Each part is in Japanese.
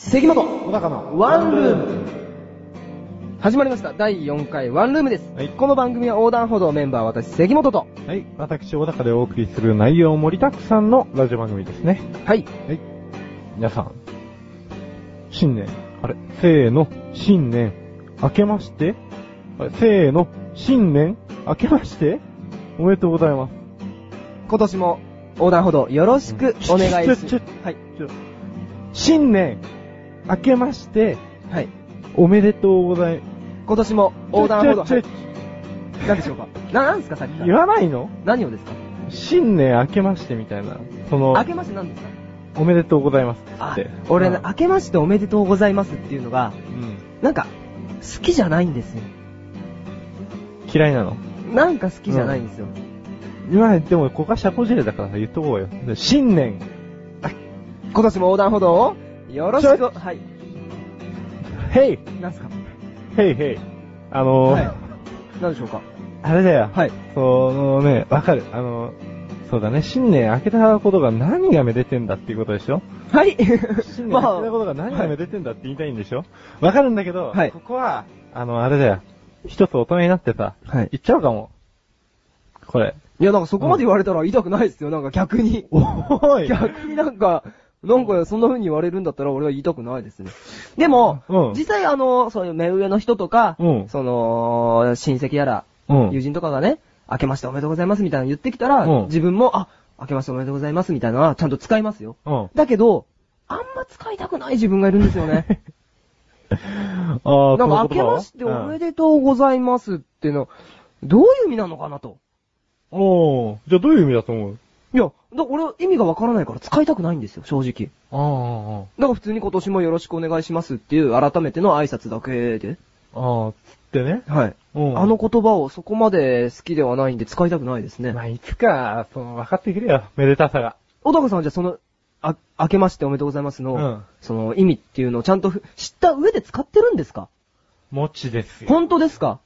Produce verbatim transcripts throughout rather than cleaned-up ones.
関本小高のワンルーム。始まりましただいよんかいワンルームです、 はい、 この番組は横断歩道メンバー私関本と、 はい、私小高でお送りする内容盛りだくさんのラジオ番組ですね。 はい、 はい、皆さん新年あれせーの新年明けましてあれせーの新年明けましておめでとうございます。 今年も横断歩道よろしくお願いします、 ちょちょはい、 ちょ新年明けましてはい、 おめでとうございます。 今年も横断歩道、 ちょちょちょ、 はい、何でしょうか。な、なんですかさっきから。 言わないの？ 何をですか？ 新年明けましてみたいな。その、 明けまして何ですか？ おめでとうございますあって。 俺ね、 うん、 明けましておめでとうございますっていうのが、 うん、 なんか、好きじゃないんですよ。 嫌いなの？ なんか好きじゃないんですよ。 うん、今、でも、ここは社交辞令だから言っとこうよ。新年。 今年も横断歩道をよろしく。はい。 へい。 なんすか？ へいへい。あのー、 はい。なんでしょうか？ あれだよ。 はい。 そのね、わかる。あのー、そうだね、新年明けたことが何がめでてんだっていうことでしょ？ はい。 新年明けたことが何がめでてんだって言いたいんでしょ？わかるんだけど、 はい。こここは、あの、あれだよ。一つ大人になってさ、 はい。 言っちゃうかも。これ。 いや、なんかそこまで言われたら言いたくないですよ。なんか逆に。 おーい。 逆になんか、なんかそんな風に言われるんだったら俺は言いたくないですね。でも、 うん、 実際あの、そういう目上の人とか、 うん、 その、親戚やら、うん、友人とかがね、明けましておめでとうございますみたいなの言ってきたら、うん、自分も、あ、明けましておめでとうございますみたいなのはちゃんと使いますよ。うん、だけど、あんま使いたくない自分がいるんですよね。あなんか明けましておめでとうございますっての、どういう意味なのかなと。 おー、じゃあどういう意味だと思う？ いや、だ俺は意味がわからないから使いたくないんですよ、正直。 ああ。 だから普通に今年もよろしくお願いしますっていう改めての挨拶だけで。 ああ、つってね。 はい。あの言葉をそこまで好きではないんで使いたくないですね。 まあ、いつか、その、分かってくれよ、めでたさが。 小高さんはじゃあその、あ、明けましておめでとうございますの、うん、その意味っていうのをちゃんと知った上で使ってるんですか？ もちですよ。 本当ですか？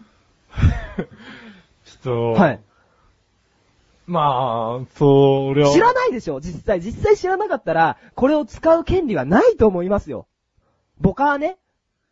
ちょっと、 はい。 まあ、それは。 知らないでしょ実際。実際知らなかったら、これを使う権利はないと思いますよ。ボカーね。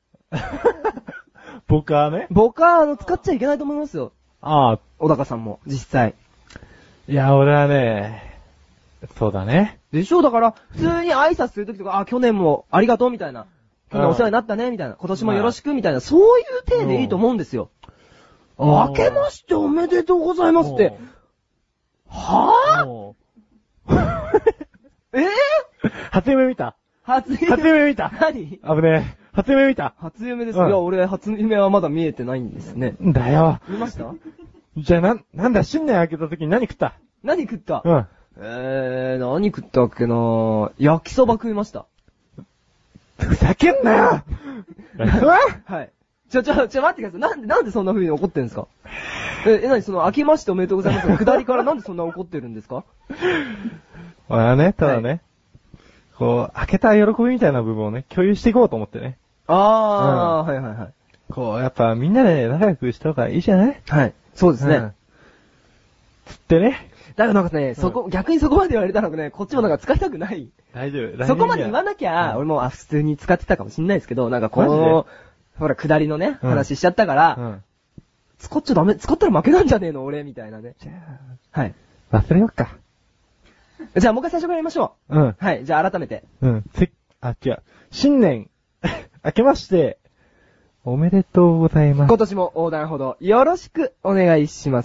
ボカーね。 ボカーの使っちゃいけないと思いますよ。 ああ。 小高さんも、実際。 いや、俺はね、そうだね。 でしょだから、普通に挨拶するときとか、あ、去年もありがとうみたいな。去年お世話になったねみたいな。今年もよろしくみたいな。そういう体でいいと思うんですよ。明けましておめでとうございますって。はぁえぇ、ー、 初夢見た初夢初夢見た何危ねえ。初夢見た初夢です。うん、いや、俺、初夢はまだ見えてないんですね。 だよ。 見ました？ じゃあ、な、なんだ、新年明けた時に何食った何食ったうん。 えー、何食ったっけなぁ。焼きそば食いました。 ふざけんなよはい。ちょ、ちょ、ちょ、待ってください。なんで、なんでそんな風に怒ってんですか？え、え、なにその、明けましておめでとうございますの下りからなんでそんな怒ってるんですか？ 俺はね、ただね、はい、こう、明けた喜びみたいな部分をね、共有していこうと思ってね。 あー、うん、はいはいはい。 こう、やっぱみんなで仲良くした方がいいじゃない？ はい。そうですね。うん、 つってね。 だからなんかね、そこ、うん、逆にそこまで言われたらね、こっちもなんか使いたくない。 大丈夫。 そこまで言わなきゃ、うん、俺も、あ、普通に使ってたかもしんないですけど、なんかこの、ほら、下りのね、話しちゃったから、うんうん、使っちゃダメ、使ったら負けなんじゃねえの俺、みたいなね。 じゃあ、はい。 忘れよっか。 じゃあもう一回最初からやりましょう。うん。はい、じゃあ改めて。 うん。せ、あ、違う。新年、明けまして、おめでとうございます。 今年も横断歩道、よろしくお願いします。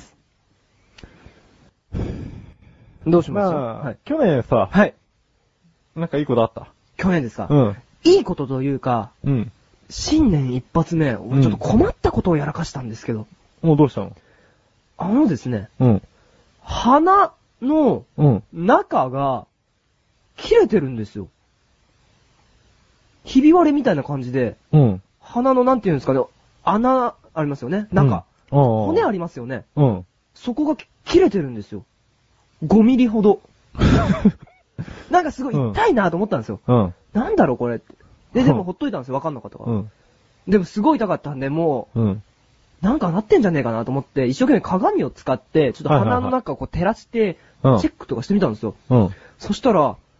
どうしましょう、まあ、はい、去年さ、 はい。 なんかいいことあった？ 去年ですか？ うん。 いいことというか、 うん。 新年一発目、俺ちょっと困ったことをやらかしたんですけど。 もうどうしたの？ あのですね。 うん。 鼻の中が切れてるんですよ。ひび割れみたいな感じで。 うん。 鼻のなんていうんですかね、穴ありますよね、中。うん、骨ありますよね。 うん。 そこが切れてるんですよ。ごミリほど。なんかすごい痛いなと思ったんですよ。うん。なんだろうこれって。で、でもほっといたんですよ、わかんなかったから。うん。でもすごい痛かったんで、もう、うん。なんかなってんじゃねえかなと思って、一生懸命鏡を使って、ちょっと鼻の中をこう照らして、チェックとかしてみたんですよ。うん。そしたら、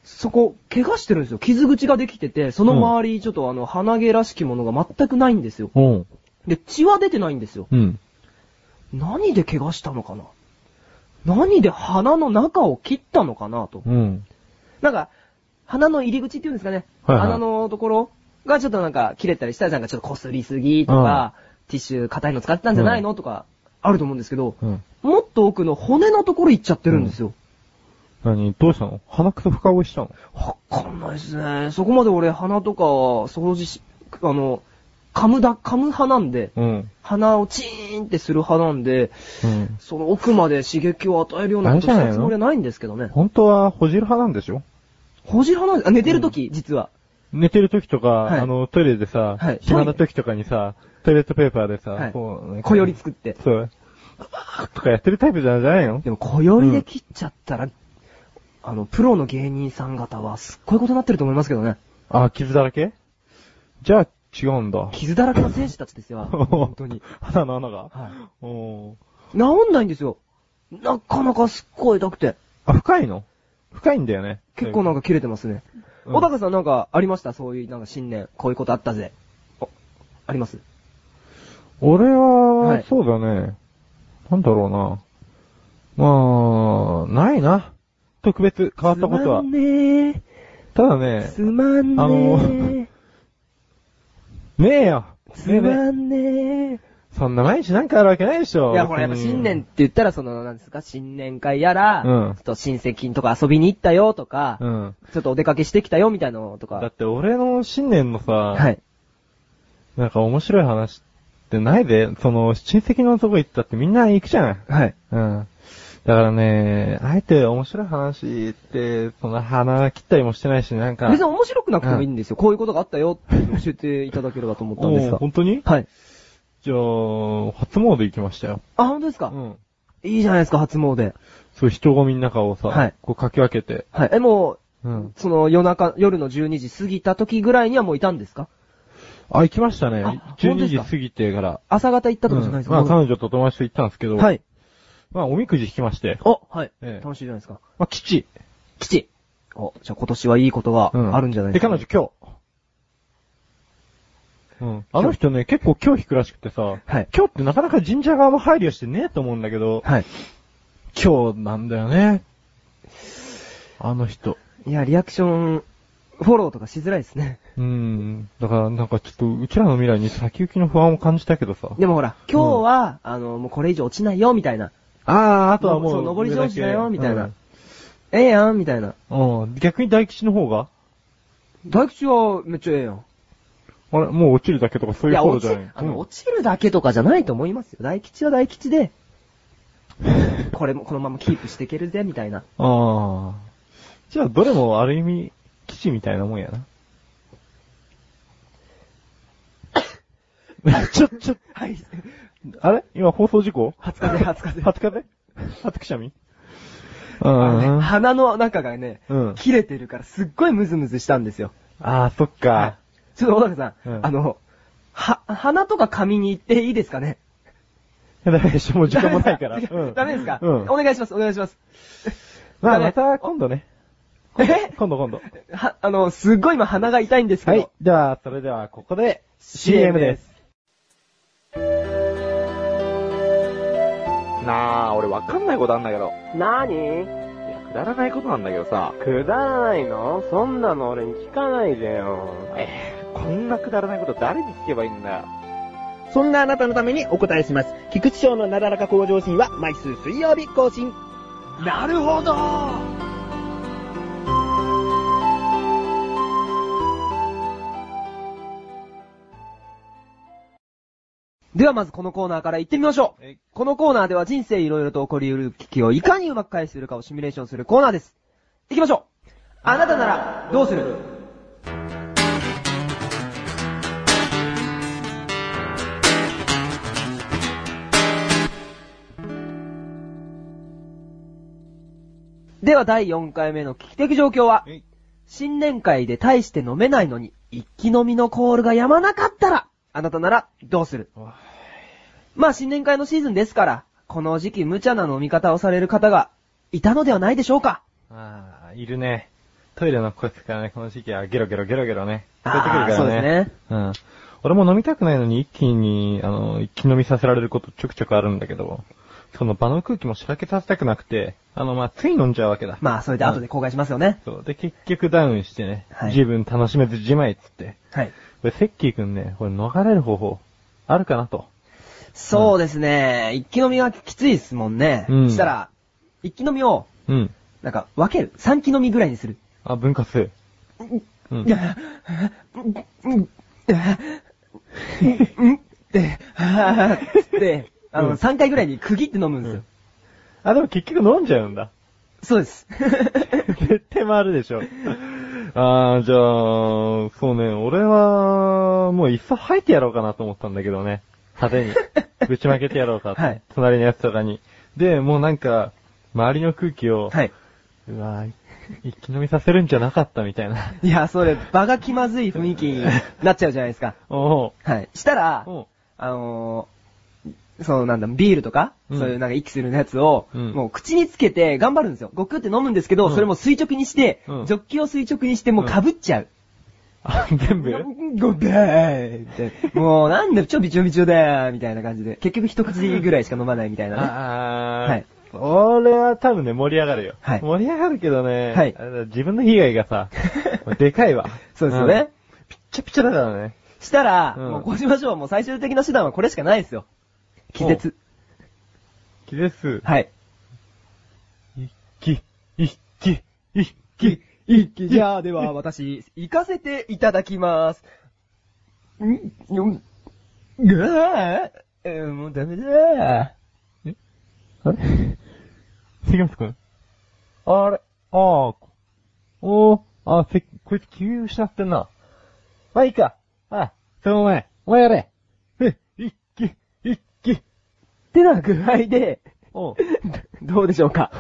そこ、怪我してるんですよ。傷口ができてて、その周り、ちょっとあの、鼻毛らしきものが全くないんですよ。 うん。 で、血は出てないんですよ。 うん。 何で怪我したのかな？何で鼻の中を切ったのかなと。 うん。 なんか、鼻の入り口っていうんですかね。 はいはい、 鼻のところがちょっとなんか切れたりしたらなんかちょっと擦りすぎとか、うん、ティッシュ硬いの使ってたんじゃないの、うん、とか、あると思うんですけど、うん、もっと奥の骨のところ行っちゃってるんですよ。 うん、何どうしたの？鼻くそ深追いしたの？ わかんないですね。そこまで俺鼻とか掃除し、あの、噛むだ、噛む派なんで、うん、鼻をチーンってする派なんで、うん、その奥まで刺激を与えるようなことしたつもりはないんですけどね。 本当はほじる派なんでしょ？ ほじる派なんです。あ、寝てるとき、うん、実は。 寝てるときとか、はい、あの、トイレでさ、はい、暇なときとかにさ、トイレットペーパーでさ、はい、こう、 小より作って。 そう。とかやってるタイプじゃないの？ でも小よりで切っちゃったら、うん、あの、プロの芸人さん方はすっごいことになってると思いますけどね。 あ、傷だらけ？じゃあ違うんだ。 傷だらけの選手たちですよ。本当に。 鼻の穴が。 はい。お治んないんですよ。なかなかすっごい痛くて。 あ、深いの？深いんだよね。 結構なんか切れてますね。小、うん、高さんなんかありました？そういうなんか新年、こういうことあったぜ。あ、あります？ 俺は、はい、そうだね。なんだろうな。まあ、ないな。特別変わったことは。 すまんねー。 ただね、 すまんねー。 あの、ねえよ。 すまんねー。 そんな毎日なんかあるわけないでしょ。 いや、ほらやっぱ新年って言ったらその、なんですか、新年会やら、うん、ちょっと親戚とか遊びに行ったよとか、うん、ちょっとお出かけしてきたよみたいなのとか。 だって俺の新年のさ、 はい。 なんか面白い話ってないで、その、親戚のとこ行ったってみんな行くじゃない。 はい。 うん。だからね、あえて面白い話って、その鼻切ったりもしてないし、なんか。 別に面白くなくてもいいんですよ。うん、こういうことがあったよって教えていただければと思ったんですが。 本当に？ はい。 じゃあ、初詣行きましたよ。 あ、本当ですか？うん。いいじゃないですか、初詣。 そう、人混みの中をさ、はい。こうかき分けて。 はい。え、もう、うん。その夜中、夜のじゅうにじ過ぎた時ぐらいにはもういたんですか？ あ、行きましたね。じゅうにじ過ぎてから。 朝方行ったとかじゃないですか？ うん、まあ彼女と友達と行ったんですけど。はい。まあ、おみくじ引きまして。 お、はい。ええ、楽しいじゃないですか。 まあ、吉。 吉。お、じゃあ今年はいいことがあるんじゃないですか、ね。 うん、で、彼女今日。うん。あの人ね、結構今日引くらしくてさ、はい。今日ってなかなか神社側も配慮してねえと思うんだけど、はい。今日なんだよね。あの人。 いや、リアクション、フォローとかしづらいですね。 うーん。だからなんかちょっと、うちらの未来に先行きの不安を感じたけどさ。 でもほら、今日は、うん、あの、もうこれ以上落ちないよ、みたいな。 ああ、あとはもう。 そう、登り上手だよ、みたいな。うん、ええやん、みたいな。 うん。逆に大吉の方が？ 大吉はめっちゃええやん。 あれ、もう落ちるだけとかそういうことじゃない？いや、 落ち、あの、うん、落ちるだけとかじゃないと思いますよ。大吉は大吉で、これもこのままキープしていけるぜ、みたいな。 ああ。じゃあ、どれもある意味、基地みたいなもんやな。ちょ、ちょ、はい。あれ今放送事故？ 初風、初風。 初風？初くしゃみ？ あのね、鼻の中がね、うん、切れてるからすっごいムズムズしたんですよ。 ああ、そっか。はい、 ちょっと小高さん、うん、あの、は、鼻とか髪に行っていいですかね？ ダメでしょ、もう時間もないから。 うん、ダメですか？うん、お願いします、お願いします。 まあ、また今度ね。 え今度今度。 は、あの、すっごい今鼻が痛いんですけど。 はい。では、それではここで シーエム です。なあ、俺わかんないことあんだけど。 なーに？ いや、くだらないことなんだけどさ。 くだらないの？そんなの俺に聞かないでよ。 えー、こんなくだらないこと誰に聞けばいいんだよ。 そんなあなたのためにお答えします。菊池賞のなだらか向上心は毎週水曜日更新。 なるほど。ではまずこのコーナーから行ってみましょう。このコーナーでは人生いろいろと起こり得る危機をいかにうまく回避するかをシミュレーションするコーナーです。行きましょう。あなたならどうする？ではだいよんかいめの危機的状況は、新年会で大して飲めないのに一気飲みのコールがやまなかったら、あなたならどうする？まあ新年会のシーズンですから、この時期無茶な飲み方をされる方がいたのではないでしょうか。 ああ、いるね。 トイレの個室からね、この時期はゲロゲロゲロゲロね。聞こえてくるからね。 そうですね。 うん。俺も飲みたくないのに一気に、あの、一気飲みさせられることちょくちょくあるんだけど、その場の空気もしらけさせたくなくて、あの、まあ、つい飲んじゃうわけだ。 まあ、それで後で後悔しますよね。 そう。で、結局ダウンしてね、 はい、 十分楽しめずじまいっつって。 はい。 これ、セッキーくんね、これ逃れる方法、あるかなと。 そうですね。うん、一気飲みはきついですもんね。うん。したら、一気飲みを、うん。なんか、分ける。三気飲みぐらいにする。 あ、分割。 うん。いや、うん、うん、うん、って、はぁ、って、あの、さんかいぐらいに区切って飲むんですよ。うん、 あ、でも結局飲んじゃうんだ。 そうです。 絶対回るでしょ。あー、じゃあ、そうね、俺は、もういっそ吐いてやろうかなと思ったんだけどね。派手に。ぶちまけてやろうかって。はい。隣のやつとかに。で、もうなんか、周りの空気を、はい。うわぁ、一気飲みさせるんじゃなかったみたいな。 いや、それ、場が気まずい雰囲気になっちゃうじゃないですか。おう。はい。したら、あのー、そうなんだ、ビールとか、うん、そういうなんか息するやつを、うん、もう口につけて頑張るんですよ。ごくって飲むんですけど、うん、それも垂直にして、うん、ジョッキを垂直にしてもう被っちゃう。 あ、全部ごべーって。もうなんだ、ちょびちょびちょだーみたいな感じで。結局一口ぐらいしか飲まないみたいなね。 あー。はい。俺は多分ね、盛り上がるよ。はい。盛り上がるけどね、はい。自分の被害がさ、でかいわ。 そうですよね、うん。 ピッチャピチャだからね。 したら、うん、もうこうしましょう。もう最終的な手段はこれしかないですよ。気絶。 気絶。 はい。 一気、一気、一気、 一気。じゃあ、では私、行かせていただきます。んよん、ぐわー、えー、もうダメだー。 えあれ関松くんあれあー。おー、あ、せ、こいつ気を失ってんな。まあいいか。あ、そうお前、お前やれ。え、一気、一気。 ってな具合で、おうどうでしょうか。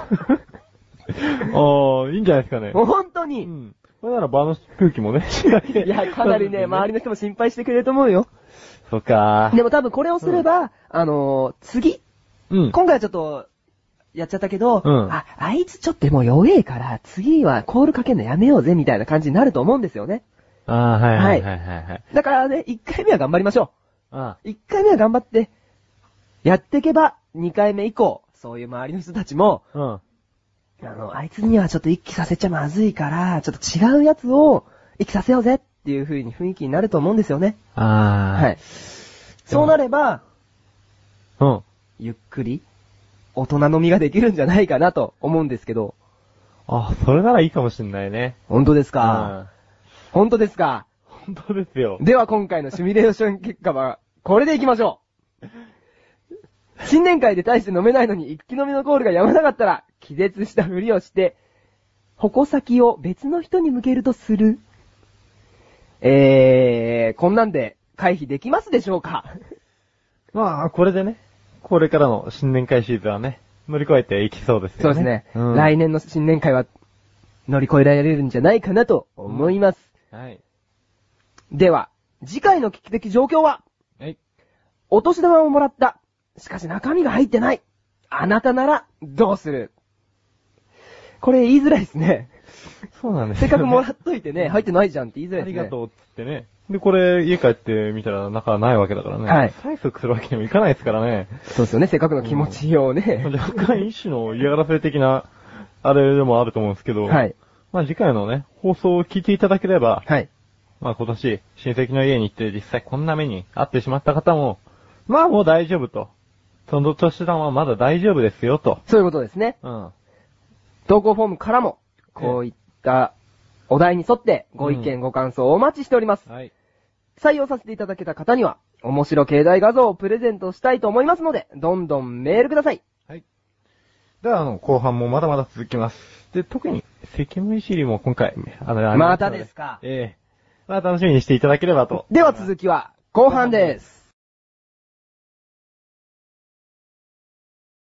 ああ、いいんじゃないですかね。 もう本当に。 うん。それなら場の空気もね、 いや、かなりね、周りの人も心配してくれると思うよ。 そっかー。 でも多分これをすれば、うん、あのー、次。うん。今回はちょっと、やっちゃったけど、うん、あ、あいつちょっともう弱えから、次はコールかけんのやめようぜ、みたいな感じになると思うんですよね。 ああ、はいはいはいはい、はい。 だからね、一回目は頑張りましょう。 ああ。 一回目は頑張って、やっていけば、二回目以降、そういう周りの人たちも、うん。あの、あいつにはちょっと一気させちゃまずいから、ちょっと違うやつを一気させようぜっていう風に雰囲気になると思うんですよね。 ああ。 はい。そうなれば、 うん。 ゆっくり、大人飲みができるんじゃないかなと思うんですけど。 あ、それならいいかもしんないね。 本当ですか、うん、本当ですか本当ですよ。 では今回のシミュレーション結果は、これでいきましょう。新年会で大して飲めないのに一気飲みのコールがやまなかったら、気絶したふりをして、矛先を別の人に向けるとする。えー、こんなんで回避できますでしょうか？ まあ、これでね、これからの新年会シーズンはね、乗り越えていきそうですよね。 そうですね。うん、来年の新年会は乗り越えられるんじゃないかなと思います。 うん、はい。 では、次回の危機的状況は、 はい。 お年玉をもらった。しかし中身が入ってない。あなたならどうする？これ言いづらいですね。 そうなんですよ、ね。せっかくもらっといてね、入ってないじゃんって言いづらいですね。 ありがとうってね。で、これ家帰ってみたら中ないわけだからね。はい。催促するわけにもいかないですからね。 そうですよね。せっかくの気持ちをね。 うん、若干一種の嫌がらせ的な、あれでもあると思うんですけど。はい。まあ次回のね、放送を聞いていただければ。はい。まあ今年、親戚の家に行って実際こんな目に遭ってしまった方も、まあもう大丈夫と。その年段はまだ大丈夫ですよと。 そういうことですね。うん。投稿フォームからも、こういったお題に沿ってご意見、うん、ご感想をお待ちしております。はい。採用させていただけた方には、面白携帯画像をプレゼントしたいと思いますので、どんどんメールください。 はい。では、あの、後半もまだまだ続きます。で、特に、関むいしりも今回、 あの、またですか。 ええー。まあ楽しみにしていただければと。 では続きは、後半です。